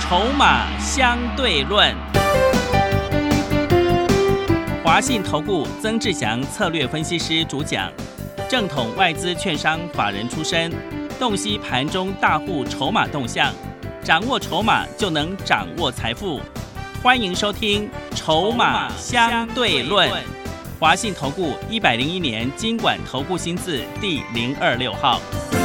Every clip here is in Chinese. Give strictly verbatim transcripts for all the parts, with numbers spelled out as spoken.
筹码相对论。华信投顾曾志祥策略分析师主讲，正统外资券商法人出身，洞悉盘中大户筹码动向，掌握筹码就能掌握财富。欢迎收听《筹码相对论》。华信投顾一百零一年金管投顾新字第零二六号。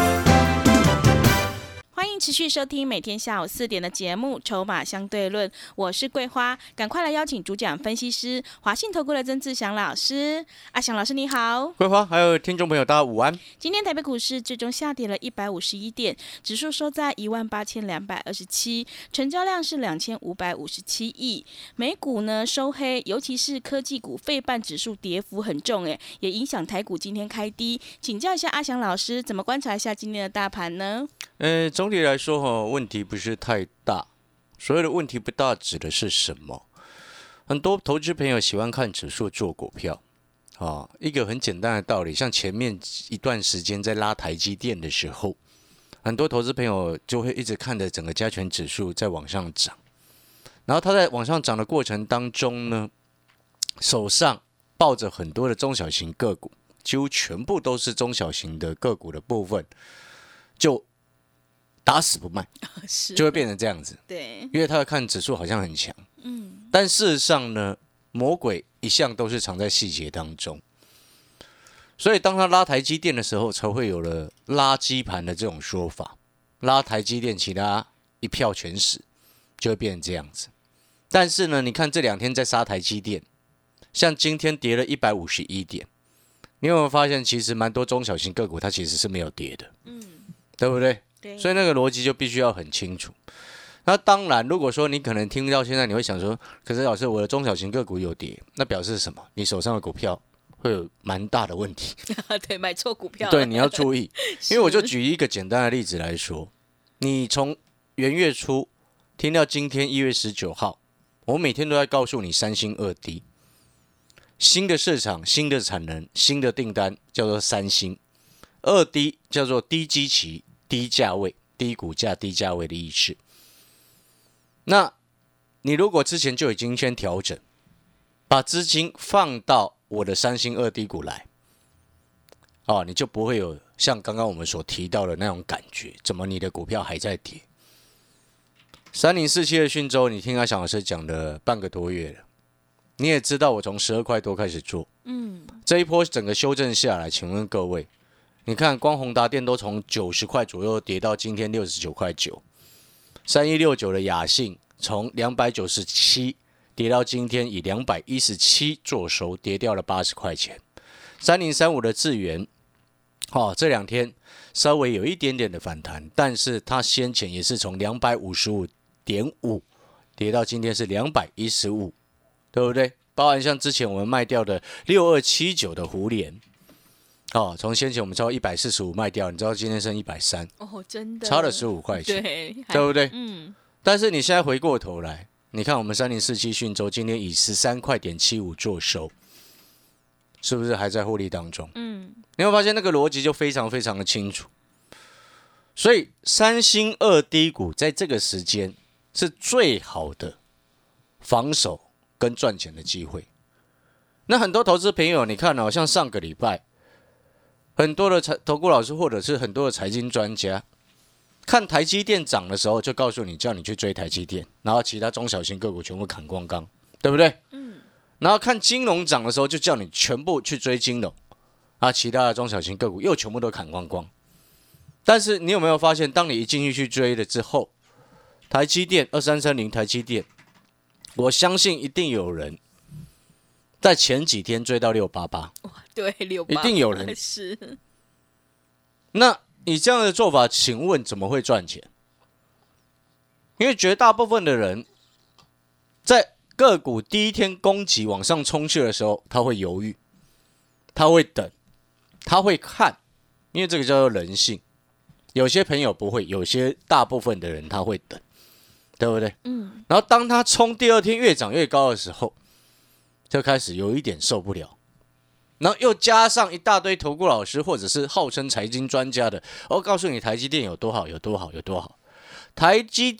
欢迎持续收听每天下午四点的节目《筹码相对论》，我是桂花，赶快来邀请主讲分析师华信投顾的曾志祥老师。阿祥老师你好。 桂花还有听众朋友大家午安。 今天台北股市最终下跌了一百五十一点，指数收在一万八千两百二十七，成交量是两千五百五十七亿。美股呢收黑，尤其是科技股费半指数跌幅很重，哎，也影响台股今天开低。请教一下阿祥老师，怎么观察一下今天的大盘呢？ 呃，总体来说哈，问题不是太大。所谓的问题不大，指的是什么？很多投资朋友喜欢看指数做股票，啊，一个很简单的道理，像前面一段时间在拉台积电的时候，很多投资朋友就会一直看着整个加权指数在往上涨，然后它在往上涨的过程当中呢，手上抱着很多的中小型个股，几乎全部都是中小型的个股的部分，就打死不卖，就会变成这样子。 对， 因为他看指数好像很强， 嗯， 但事实上呢，魔鬼一向都是藏在细节当中。所以当他拉台积电的时候，才会有了拉基盘的这种说法。拉台积电，其他一票全死，就会变成这样子。但是呢，你看这两天在杀台积电，像今天跌了一百五十一点，你有没有发现，其实蛮多中小型个股它其实是没有跌的，嗯，对不对？所以那个逻辑就必须要很清楚。那当然，如果说你可能听到现在，你会想说，可是老师，我的中小型个股有跌，那表示什么？你手上的股票会有蛮大的问题。 对，买错股票了。 对，你要注意。因为我就举一个简单的例子来说，你从元月初听到今天一月十九号，我每天都在告诉你三星二低，新的市场、新的产能、新的订单叫做三星，二低叫做低基期。低价位、低股价、低价位的意思。那你如果之前就已经先调整，把资金放到我的三星二低股来，哦，你就不会有像刚刚我们所提到的那种感觉，怎么你的股票还在跌？三零四七的讯州，你听阿翔老师讲了半个多月了，你也知道我从十二块多开始做，嗯，这一波整个修正下来，请问各位？你看，光宏达电都从九十块左右跌到今天六十九块九，三一六九的雅信从两百九十七跌到今天以两百一十七做收，跌掉了八十块钱。三零三五的智原，哦，这两天稍微有一点点的反弹，但是它先前也是从两百五十五点五跌到今天是两百一十五，对不对？包含像之前我们卖掉的六二七九的胡联。哦，从先前我们超过一百四十五卖掉，你知道今天剩一百三十哦，真的差了十五块钱， 对， 对不对？ 嗯。但是你现在回过头来，你看我们三零四七讯州今天以十三块点七五做收，是不是还在获利当中？嗯，你会发现那个逻辑就非常非常的清楚。所以三星二低股在这个时间是最好的防守跟赚钱的机会。那很多投资朋友，你看哦，像上个礼拜。很多的投顾老师或者是很多的财经专家，看台积电涨的时候，就告诉你叫你去追台积电，然后其他中小型个股全部砍光光，对不对？嗯。然后看金融涨的时候，就叫你全部去追金融，啊，其他的中小型个股又全部都砍光光。但是你有没有发现，当你一进去去追了之后，台积电二三三零台积电，我相信一定有人。在前几天追到六八八， 对，六八八一定有人是。 那你这样的做法，请问怎么会赚钱？因为绝大部分的人在个股第一天攻击往上冲去的时候，他会犹豫，他会等，他会看，因为这个叫做人性。有些朋友不会，有些大部分的人他会等，对不对？嗯。然后当他冲第二天越涨越高的时候，就开始有一点受不了，然后又加上一大堆投顾老师或者是号称财经专家的，我告诉你台积电有多好，有多好，有多好。台积电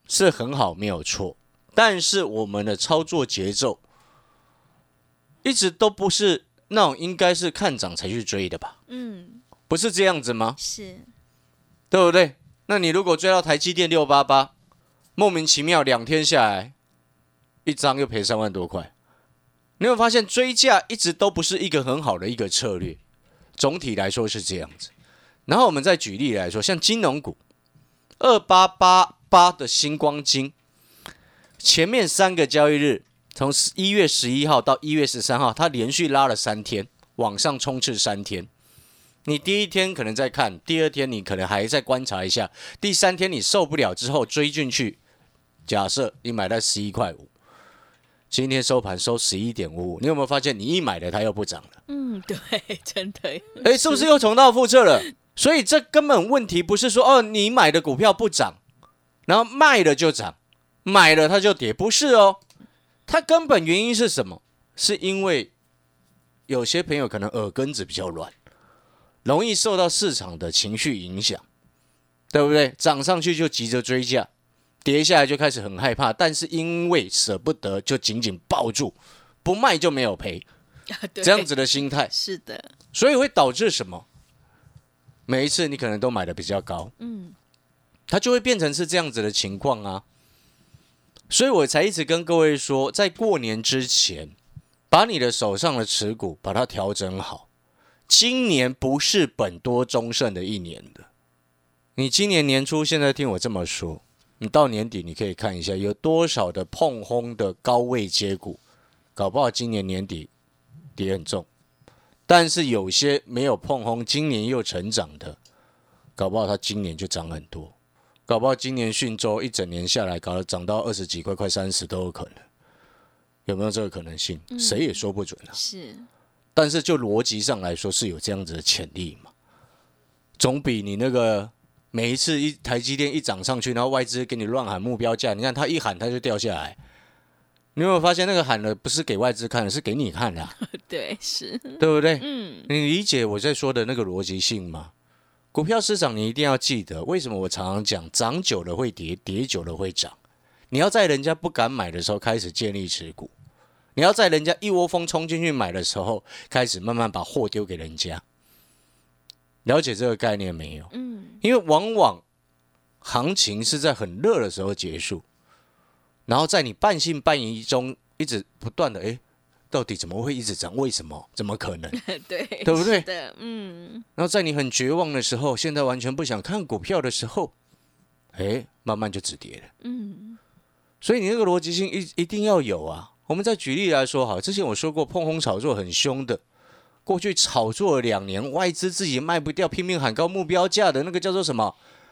是很好，没有错，但是我们的操作节奏一直都不是那种应该是看涨才去追的吧？ 嗯， 不是这样子吗？ 是， 对不对？那你如果追到台积电六八八，莫名其妙两天下来，一张又赔三万多块，你会发现追价一直都不是一个很好的一个策略。总体来说是这样子。然后我们再举例来说，像金融股二八八八的星光金，前面三个交易日，从一月十一号到一月十三号，它连续拉了三天，往上冲刺三天。你第一天可能在看，第二天你可能还在观察一下，第三天你受不了之后追进去。假设你买在十一块五，今天收盘收十一点五五，你有没有发现你一买了它又不涨了？ 嗯，对，真的。 哎，是不是又重蹈覆辙了？所以这根本问题不是说哦，你买的股票不涨，然后卖了就涨，买了它就跌，不是哦。它根本原因是什么？是因为有些朋友可能耳根子比较软，容易受到市场的情绪影响，对不对？涨上去就急着追价，跌下来就开始很害怕，但是因为舍不得，就紧紧抱住，不卖就没有赔，这样子的心态是的， 所以会导致什么？每一次你可能都买的比较高，嗯，它就会变成是这样子的情况啊。所以我才一直跟各位说，在过年之前，把你的手上的持股把它调整好。今年不是本多终胜的一年的。你今年年初现在听我这么说，你到年底你可以看一下有多少的碰轰的高位接股，搞不好今年年底跌很重。但是有些没有碰轰，今年又成长的，搞不好它今年就涨很多。搞不好今年讯州一整年下来，搞得涨到二十几块、快三十都有可能，有没有这个可能性？嗯、谁也说不准啊。 是， 但是就逻辑上来说是有这样子的潜力嘛，总比你那个每一次一台积电一涨上去，然后外资给你乱喊目标价，你看他一喊他就掉下来。你有没有发现那个喊的不是给外资看的，是给你看的、啊？ 对，是， 对不对？ 嗯， 你理解我在说的那个逻辑性吗？股票市场你一定要记得，为什么我常常讲，涨久了会跌，跌久了会涨。你要在人家不敢买的时候开始建立持股，你要在人家一窝蜂冲进去买的时候，开始慢慢把货丢给人家。了解这个概念没有？嗯，因为往往行情是在很热的时候结束，然后在你半信半疑中一直不断的哎。到底怎么会一直涨？为什么？怎么可能？ 对， 对不对？ 的，嗯。 然后在你很绝望的时候，现在完全不想看股票的时候，哎，慢慢就止跌了。嗯。所以你那个逻辑性一一定要有啊。我们再举例来说，好，之前我说过，碰轰炒作很凶的，过去炒作了两年，外资自己卖不掉，拼命喊高目标价的那个叫做什么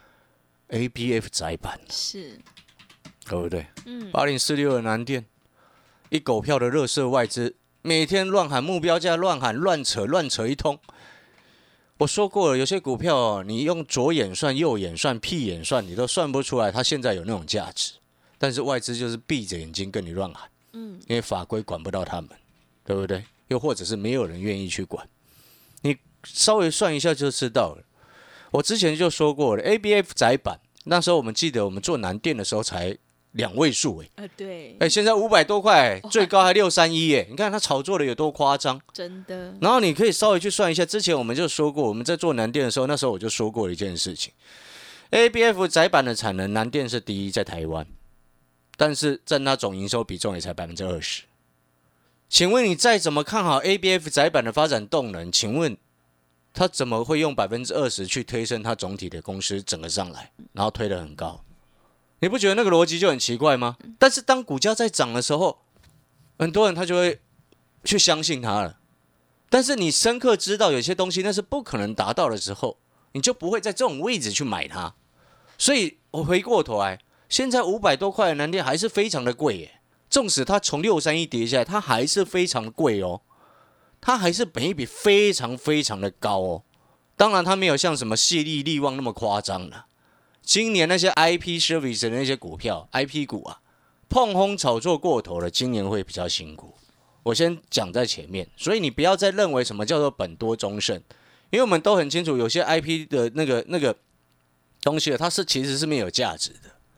？A B F 窄板， 是， 对不对？嗯。八零四六的南电。一狗票的热色外资，每天乱喊目标价，乱喊乱扯乱扯一通。我说过了，有些股票哦，你用左眼算、右眼算、屁眼算，你都算不出来它现在有那种价值。但是外资就是闭着眼睛跟你乱喊，嗯，因为法规管不到他们，对不对？又或者是没有人愿意去管，你稍微算一下就知道了。我之前就说过了 ，A B F 窄板，那时候我们记得我们做南电的时候才。两位数哎、欸， 呃对， 哎、欸，现在五百多块，最高还六三一哎，你看它炒作的有多夸张， 真的。 然后你可以稍微去算一下，之前我们就说过，我们在做南电的时候，那时候我就说过一件事情 ，A B F 窄板的产能，南电是第一，在台湾，但是占它总营收比重也才百分之二十。请问你再怎么看好 A B F 窄板的发展动能，请问它怎么会用百分之二十去推升它总体的公司整个上来，然后推得很高？你不觉得那个逻辑就很奇怪吗？但是当股价在涨的时候，很多人他就会去相信它了。但是你深刻知道有些东西那是不可能达到的时候，你就不会在这种位置去买它。所以我回过头来，现在五百多块的南电还是非常的贵耶。纵使它从六三一跌下来，它还是非常的贵哦，它还是本益比非常非常的高哦。当然它没有像什么细粒力旺那么夸张了。今年那些 I P service 的那些股票 I P 股啊，碰轰炒作过头了，今年会比较辛苦。我先讲在前面，所以你不要再认为什么叫做本多终胜，因为我们都很清楚，有些 I P 的那个那个东西它是其实是没有价值的，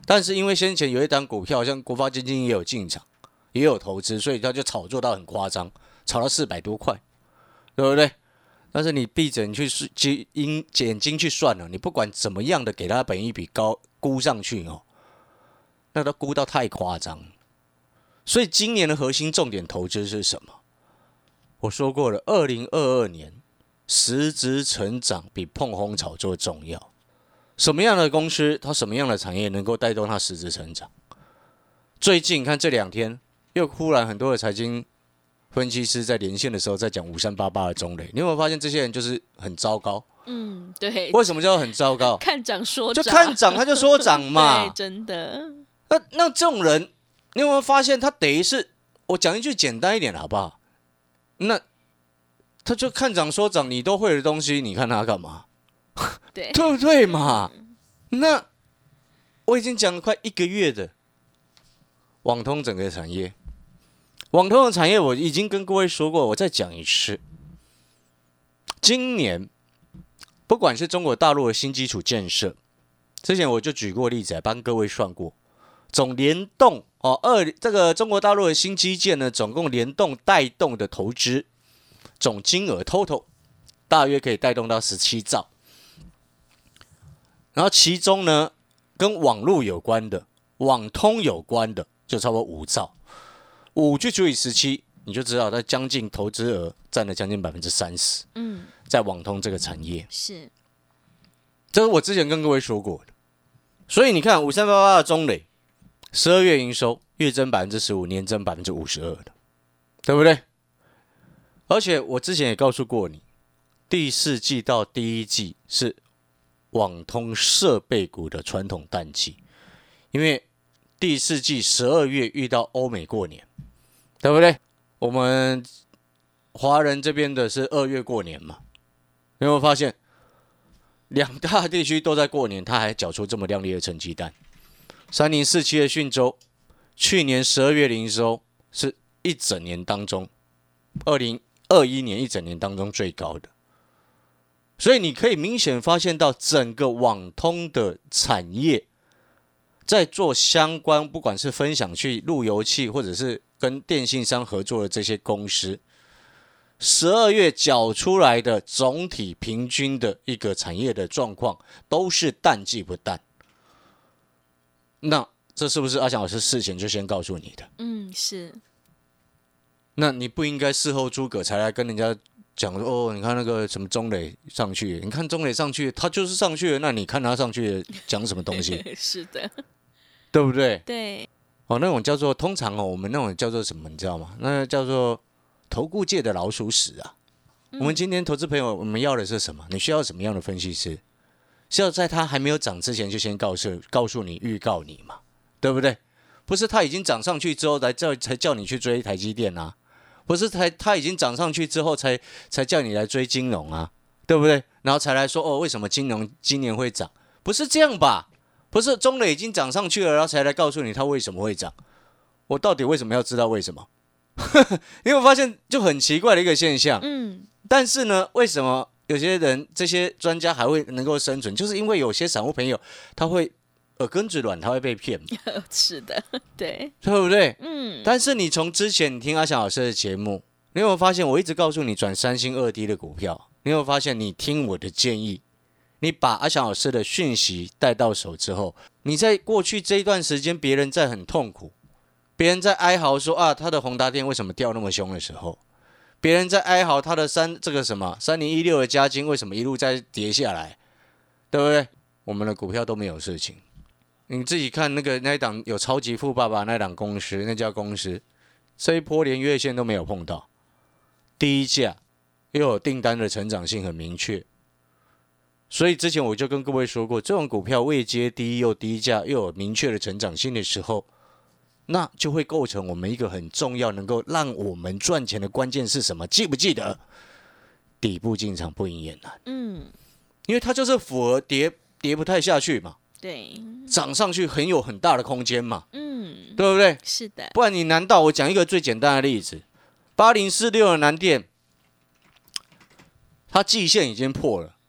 但是因为先前有一档股票，像国发基金也有进场，也有投资，所以它就炒作到很夸张，炒到四百多块，对不对？但是你闭着你去眼睛去算了，你不管怎么样的给它本益比高估上去哦，那都估到太夸张。所以今年的核心重点投资是什么？我说过了，二零二二年实质成长比碰轰炒作重要。什么样的公司，它什么样的产业能够带动它实质成长？最近看这两天，又忽然很多的财经分析师在连线的时候在讲五三八八的中磊，你有没有发现这些人就是很糟糕？ 嗯，对。 为什么叫很糟糕？ 看涨说涨， 就看涨他就说涨嘛。 对，真的。 那那这种人，你有没有发现他等于是我讲一句简单一点好不好？那他就看涨说涨，你都会的东西，你看他干嘛？ 对， 对不对嘛？那我已经讲了快一个月的网通整个产业，网通的产业我已经跟各位说过，我再讲一次。今年不管是中国大陆的新基础建设，之前我就举过例子，帮各位算过，总联动哦，二这个中国大陆的新基建呢，总共联动带动的投资总金额 total 大约可以带动到十七兆。然后其中呢，跟网络有关的、网通有关的，就差不多五兆，五去除以十七，你就知道它将近投资额占了将近百分之三十。嗯，在网通这个产业是， 这是我之前跟各位说过的。所以你看五三八八的中磊，十二月营收月增百分之十五，年增百分之五十二的，对不对？而且我之前也告诉过你，第四季到第一季是网通设备股的传统淡季，因为第四季十二月遇到欧美过年，对不对？我们华人这边的是二月过年嘛，有没有发现两大地区都在过年，他还缴出这么亮丽的成绩单？三零四七的讯州，去年十二月的营收是一整年当中，二零二一年一整年当中最高的。所以你可以明显发现到整个网通的产业在做相关，不管是分享去路由器，或者是跟电信商合作的这些公司，十二月缴出来的总体平均的一个产业的状况都是淡季不淡。那这是不是阿翔老师事前就先告诉你的？ 嗯，是。 那你不应该事后诸葛才来跟人家讲说哦，你看那个什么中磊上去，你看中磊上去，他就是上去了，那你看他上去讲什么东西？ 是的， 对不对？ 对。 哦，那种叫做通常哦，我们那种叫做什么，你知道吗？那叫做投顾界的老鼠屎啊。嗯、我们今天投资朋友，我们要的是什么？你需要什么样的分析师？是要在他还没有涨之前就先告诉告诉你、预告你嘛，对不对？不是他已经涨上去之后才叫才叫你去追台积电啊。不是他他已经涨上去之后才才叫你来追金融啊，对不对？然后才来说哦，为什么金融今年会涨？不是这样吧？不是中磊已经涨上去了，然后才来告诉你它为什么会涨。我到底为什么要知道为什么？因为我发现就很奇怪的一个现象。嗯。但是呢，为什么有些人这些专家还会能够生存？就是因为有些散户朋友他会耳根子软，他会被骗。 是的，对， 对不对？嗯。但是你从之前你听阿翔老师的节目，你有没有发现我一直告诉你转三星二低的股票？你有没有发现你听我的建议，你把阿翔老师的讯息带到手之后，你在过去这一段时间，别人在很痛苦，别人在哀嚎说啊，他的宏达电为什么掉那么凶的时候，别人在哀嚎他的三这个什么三零一六的嘉晶为什么一路在跌下来，对不对？我们的股票都没有事情。你自己看那个那一档有超级富爸爸那档公司，那家公司这一波连月线都没有碰到，低价又有订单的成长性很明确，所以之前我就跟各位说过，这种股票位阶低又低价又有明确的成长性的时候，那就会构成我们一个很重要能够让我们赚钱的关键是什么？记不记得？底部进场不赢也难。嗯，因为它就是符合跌跌不太下去嘛。 对， 涨上去很有很大的空间嘛，嗯，对不对？ 是的， 不然你难道我讲一个最简单的例子，八零四六的南电，它季线已经破了，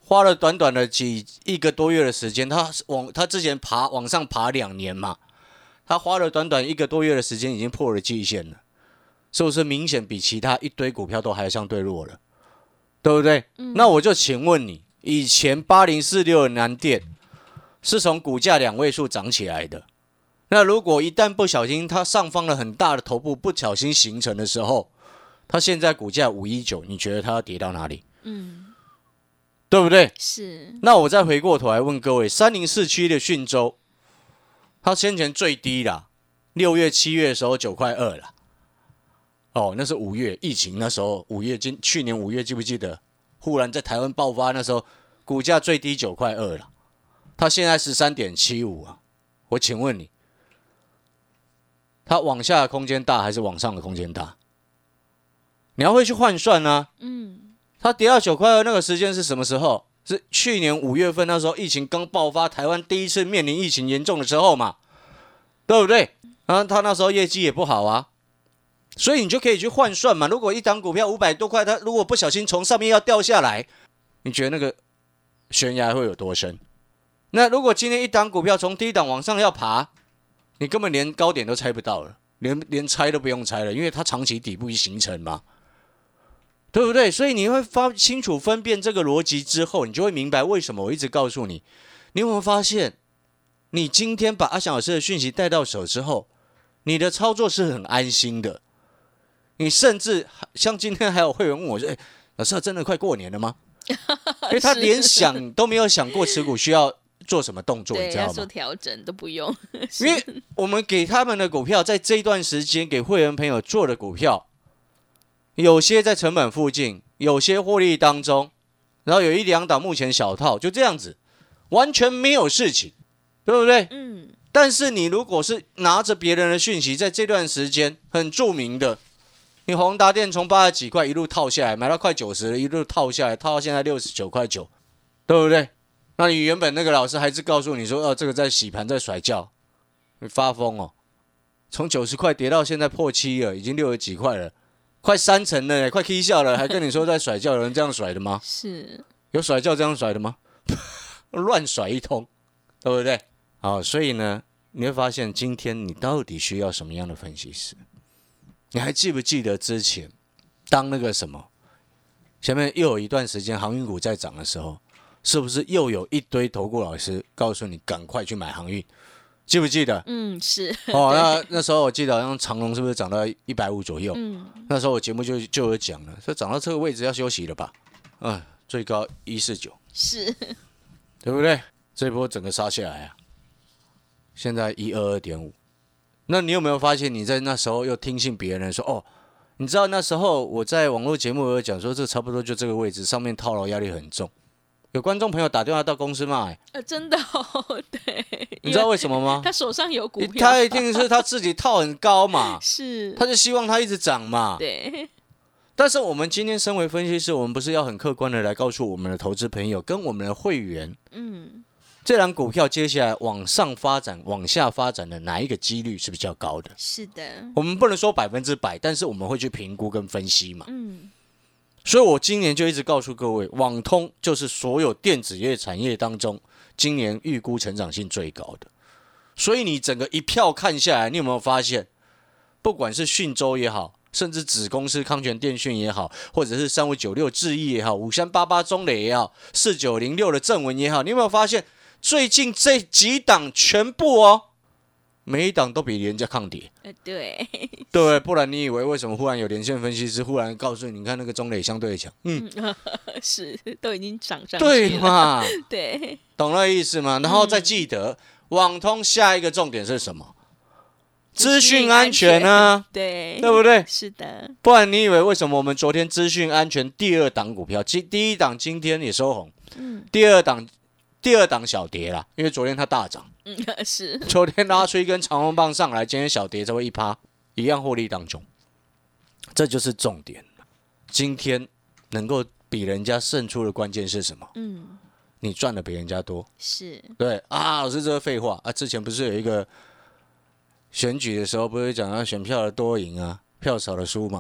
花了短短的几一个多月的时间，他往他之前爬往上爬两年嘛，他花了短短一个多月的时间已经破了季线了，是不是明显比其他一堆股票都还相对弱了，对不对？嗯、那我就请问你，以前八零四六的南电是从股价两位数涨起来的，那如果一旦不小心它上方了很大的头部不小心形成的时候，它现在股价五一九，你觉得它要跌到哪里？嗯，对不对？ 是。 那我再回过头来问各位，三零四七的讯州，它先前最低啦，六月七月的时候九块二啦。哦，那是五月疫情那时候，五月今去年五月记不记得？忽然在台湾爆发那时候，股价最低九块二了，它现在十三点七五啊。我请问你，它往下的空间大还是往上的空间大？你要会去换算啊。嗯，它跌到九块二那个时间是什么时候？是去年五月份那时候疫情刚爆发，台湾第一次面临疫情严重的时候嘛，对不对？啊，它那时候业绩也不好啊，所以你就可以去换算嘛。如果一档股票五百多块，它如果不小心从上面要掉下来，你觉得那个悬崖会有多深？那如果今天一档股票从低档往上要爬，你根本连高点都猜不到了，连连猜都不用猜了，因为它长期底部已形成嘛。对不对？所以你会发清楚分辨这个逻辑之后，你就会明白为什么我一直告诉你。你有没有发现，你今天把阿翔老师的讯息带到手之后，你的操作是很安心的。你甚至像今天还有会员问我说：“哎，老师，真的快过年了吗？”因为他连想都没有想过持股需要做什么动作，你知道吗？ 要做调整都不用。 因为我们给他们的股票，在这一段时间给会员朋友做的股票。有些在成本附近，有些获利当中，然后有一两档目前小套，就这样子，完全没有事情，对不对？嗯。但是你如果是拿着别人的讯息，在这段时间很著名的，你宏达电从八十几块一路套下来，买到快九十了，一路套下来，套到现在六十九块九，对不对？那你原本那个老师还是告诉你说，哦，这个在洗盘，在甩轿，你发疯哦！从九十块跌到现在破七了，已经六十几块了。快三成了，快 K 笑了，还跟你说在甩轿，有人这样甩的吗？ 是， 有甩轿这样甩的吗？乱甩一通，对不对？好，所以呢，你会发现今天你到底需要什么样的分析师？你还记不记得之前当那个什么，前面又有一段时间航运股在涨的时候，是不是又有一堆投顾老师告诉你赶快去买航运？记不记得？ 嗯，是。 哦，那那时候我记得好像长荣是不是涨到一百五左右？嗯，那时候我节目就就有讲了，说涨到这个位置要休息了吧？啊，最高一四九， 是， 对不对？这一波整个杀下来啊，现在一二二点五。那你有没有发现你在那时候又听信别人说哦？你知道那时候我在网络节目有讲说，这差不多就这个位置，上面套牢压力很重。有观众朋友打电话到公司骂、欸， 呃，真的哦，对， 你知道为什么吗？ 他手上有股票， 他一定是他自己套很高嘛， 是， 他就希望他一直涨嘛， 对。 但是我们今天身为分析师，我们不是要很客观的来告诉我们的投资朋友跟我们的会员，嗯，这档股票接下来往上发展、往下发展的哪一个几率是比较高的？ 是的， 我们不能说百分之百，但是我们会去评估跟分析嘛，嗯。所以我今年就一直告诉各位，网通就是所有电子业产业当中，今年预估成长性最高的。所以你整个一票看下来，你有没有发现，不管是讯州也好，甚至子公司康泉电讯也好，或者是三五九六智毅也好，五三八八中磊也好，四九零六的正文也好，你有没有发现，最近这几档全部哦，每一档都比人家抗跌。 呃，对， 对，不然你以为为什么忽然有连线分析师忽然告诉你，你看那个中磊相对强，嗯， 是都已经涨上去了， 对嘛？ 对， 懂了意思吗？然后再记得，嗯、网通下一个重点是什么？资讯安全啊， 对， 对不对？ 是的， 不然你以为为什么我们昨天资讯安全第二档股票，第一档今天也收红，嗯，第二档第二档小跌啦，因为昨天它大涨。 嗯，是。 昨天拉出一根长红棒上来，今天小跌才会一趴，一样获利当中，这就是重点。今天能够比人家胜出的关键是什么？嗯，你赚的比人家多。 是。对啊，老师这个废话啊，之前不是有一个选举的时候，不是讲要选票的多赢啊，票少的输嘛？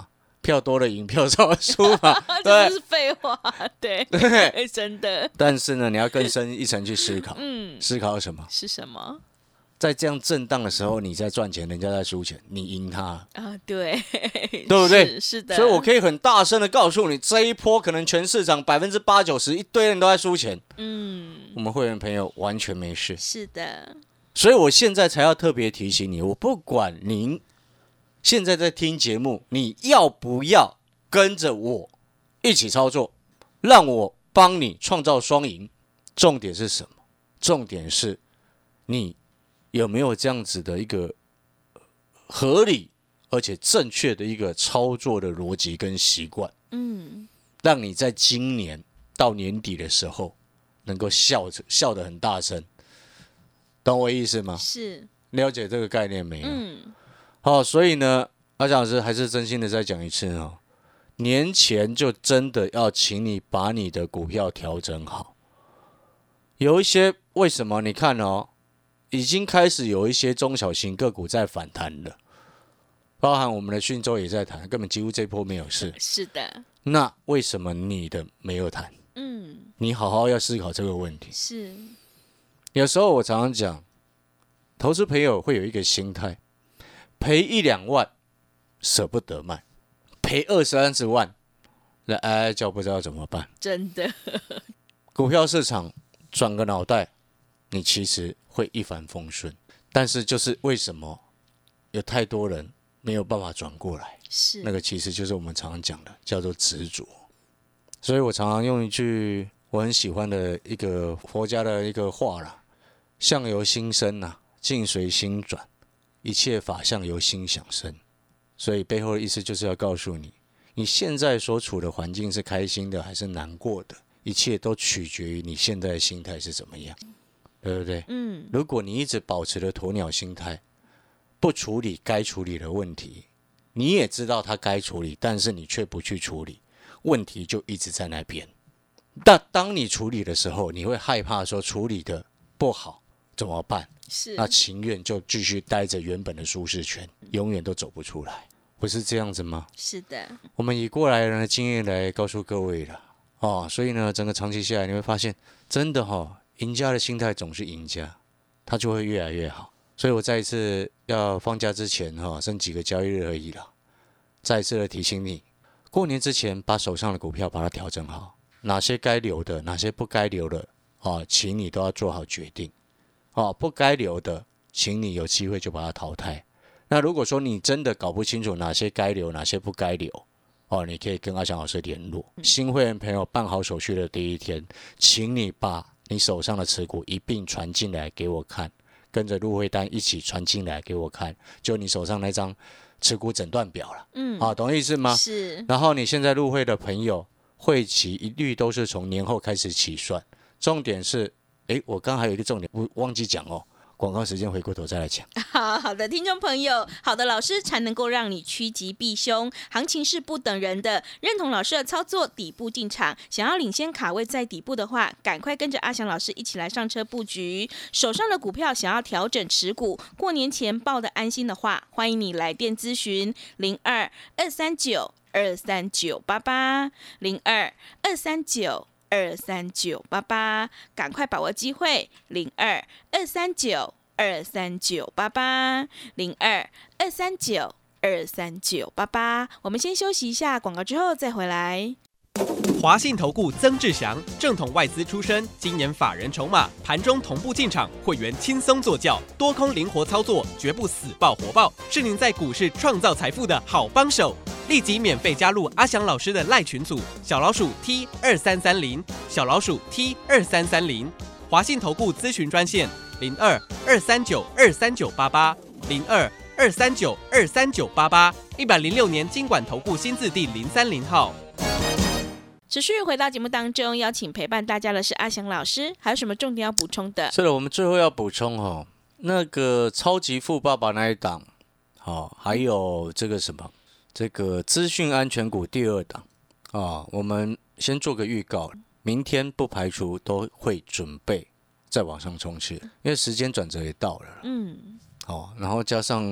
票多了赢，票少了输嘛， 这不是废话，对对， 真的。 但是呢，你要更深一层去思考， 嗯， 思考什么？ 是什么？ 在这样震荡的时候，你在赚钱，人家在输钱，你赢他啊，对， 对不对？ 是, 是的， 所以我可以很大声的告诉你，这一波可能全市场百分之八九十一堆人都在输钱， 嗯， 我们会员朋友完全没事。 是的， 所以我现在才要特别提醒你，我不管您现在在听节目，你要不要跟着我一起操作，让我帮你创造双赢。重点是什么？重点是你有没有这样子的一个合理而且正确的一个操作的逻辑跟习惯， 嗯， 让你在今年到年底的时候能够笑着笑得很大声，懂我意思吗？ 是， 了解这个概念没有？ 嗯， 好，所以呢，阿蒋老师还是真心的再讲一次哦，年前就真的要请你把你的股票调整好。有一些为什么你看哦，已经开始有一些中小型个股在反弹了，包含我们的讯州也在谈，根本几乎这波没有事。 是的， 那为什么你的没有谈？ 嗯， 你好好要思考这个问题。 是， 有时候我常常讲，投资朋友会有一个心态，赔一两万舍不得卖，赔二三十万，那哀哀叫不知道怎么办。 真的， 股票市场转个脑袋，你其实会一帆风顺。但是就是为什么有太多人没有办法转过来？ 是那个其实就是我们常常讲的，叫做执着。所以我常常用一句我很喜欢的一个佛家的一个话啦：相由心生啊，境随心转，一切法相由心想生。所以背后的意思就是要告诉你，你现在所处的环境是开心的还是难过的，一切都取决于你现在的心态是怎么样，对不对？ 嗯， 如果你一直保持着鸵鸟心态，不处理该处理的问题，你也知道它该处理，但是你却不去处理，问题就一直在那边。但当你处理的时候，你会害怕说处理的不好怎么办？ 是， 那情愿就继续待着原本的舒适圈，永远都走不出来，不是这样子吗？ 是的， 我们以过来人的经验来告诉各位了哦，所以呢，整个长期下来，你会发现，真的哈、哦，赢家的心态总是赢家，他就会越来越好。所以我再一次要放假之前哈、哦，剩几个交易日而已了，再一次的提醒你，过年之前把手上的股票把它调整好，哪些该留的，哪些不该留的，哦，请你都要做好决定。哦，不该留的，请你有机会就把它淘汰。那如果说你真的搞不清楚哪些该留，哪些不该留，哦，你可以跟阿翔老师联络。新会员朋友办好手续的第一天，请你把你手上的持股一并传进来给我看，跟着入会单一起传进来给我看，就你手上那张持股诊断表了。嗯，好、哦，懂意思吗？ 是。 然后你现在入会的朋友，会期一律都是从年后开始起算。重点是，哎，我刚刚还有一个重点，我忘记讲哦。广告时间，回过头再来讲。 好好的，听众朋友，好的老师才能够让你趋吉避凶。行情是不等人的，认同老师的操作，底部进场。想要领先卡位在底部的话，赶快跟着阿翔老师一起来上车布局。手上的股票想要调整持股，过年前抱得安心的话，欢迎你来电咨询零二二三九二三九八八零二二三九。二三九八八，赶快把握机会，零二二三九二三九八八，零二二三九二三九八八。我们先休息一下广告，之后再回来。 华信投顾曾志祥，正统外资出身，今年法人筹码，盘中同步进场，会员轻松做教，多空灵活操作，绝不死抱活抱，是您在股市创造财富的好帮手。立即免费加入阿翔老师的赖群组，小老鼠 T 二三三零，小老鼠 T 二三三零，华信投顾咨询专线零二二三九二三九八八零二二三九二三九八八，一百零六年金管投顾新字第零三零号。 持续回到节目当中，邀请陪伴大家的是阿翔老师，还有什么重点要补充的？ 是的，我们最后要补充哦，那个超级富爸爸那一档，哦，还有这个什么，这个资讯安全股第二档啊、哦，我们先做个预告，明天不排除都会准备再往上冲刺，因为时间转折也到了。 嗯， 哦，然后加上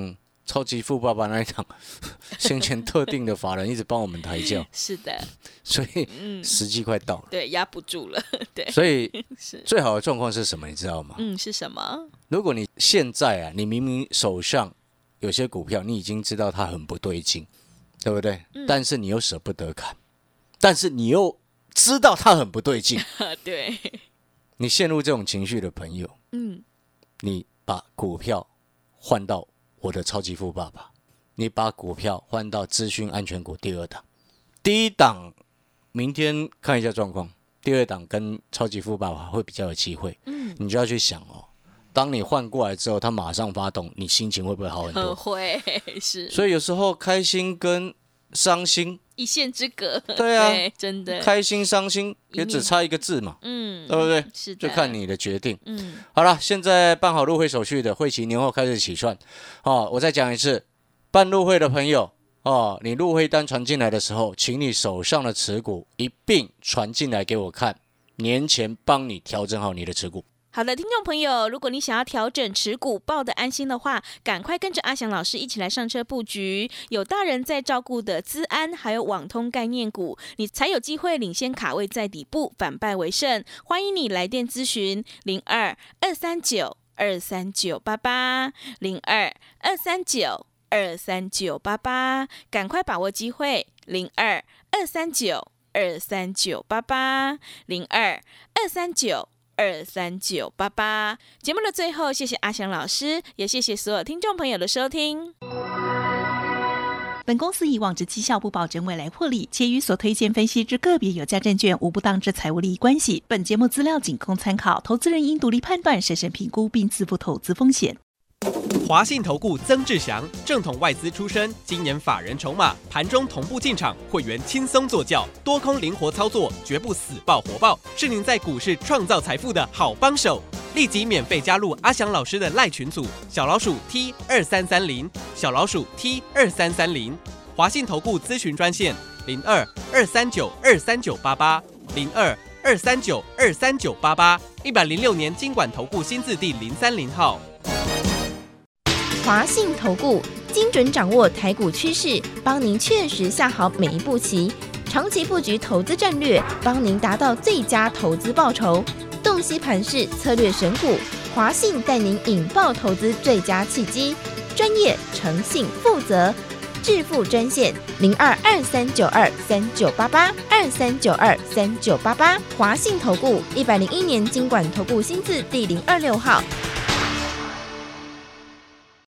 超级富爸爸那一场，先前特定的法人一直帮我们抬轿， 是的， 所以时机快到了， 对，压不住了，对， 所以最好的状况是什么？你知道吗？ 嗯，是什么？ 如果你现在啊，你明明手上有些股票，你已经知道它很不对劲，对不对？嗯、但是你又舍不得砍，但是你又知道它很不对劲， 对， 你陷入这种情绪的朋友， 嗯， 你把股票换到我的超级富爸爸，你把股票换到资讯安全股第二档，第一档明天看一下状况，第二档跟超级富爸爸会比较有机会，嗯，你就要去想哦，当你换过来之后，它马上发动，你心情会不会好很多？ 会是， 所以有时候开心跟伤心一线之隔， 对啊， 对，真的， 开心伤心也只差一个字嘛， 嗯， 对不对？ 是的， 就看你的决定。 嗯， 好了，现在办好入会手续的，会期年后开始起算。哦，我再讲一次，办入会的朋友哦，你入会单传进来的时候，请你手上的持股一并传进来给我看，年前帮你调整好你的持股。 好的，听众朋友，如果你想要调整持股抱得安心的话，赶快跟着阿翔老师一起来上车布局，有大人在照顾的资安还有网通概念股，你才有机会领先卡位在底部，反败为胜。欢迎你来电咨询零二二三九二三九八八零二二三九二三九八八，赶快把握机会零二二三九二三九八八零二二三九。二三九八八。节目的最后，谢谢阿翔老师，也谢谢所有听众朋友的收听。 本公司以往之绩效不保证未来获利，且与所推荐分析之个别有价证券无不当之财务利益关系。本节目资料仅供参考，投资人应独立判断、审慎评估并自负投资风险。 华信投顾曾志祥，正统外资出身，今年法人筹码，盘中同步进场，会员轻松做教，多空灵活操作，绝不死抱活抱，是您在股市创造财富的好帮手。立即免费加入阿翔老师的赖群组，小老鼠 T 二三三零，小老鼠 T 二三三零。华信投顾咨询专线零二二三九二三九八八零二二三九二三九八八，一百零六年金管投顾新字第零三零号。 华信投顾精准掌握台股趋势，帮您确实下好每一步棋，长期布局投资战略，帮您达到最佳投资报酬。洞悉盘势策略选股，华信带您引爆投资最佳契机，专业、诚信、负责。致富专线零二二三九二三九八八二三九二三九八八，华信投顾一百零一年金管投顾新字第零二六号。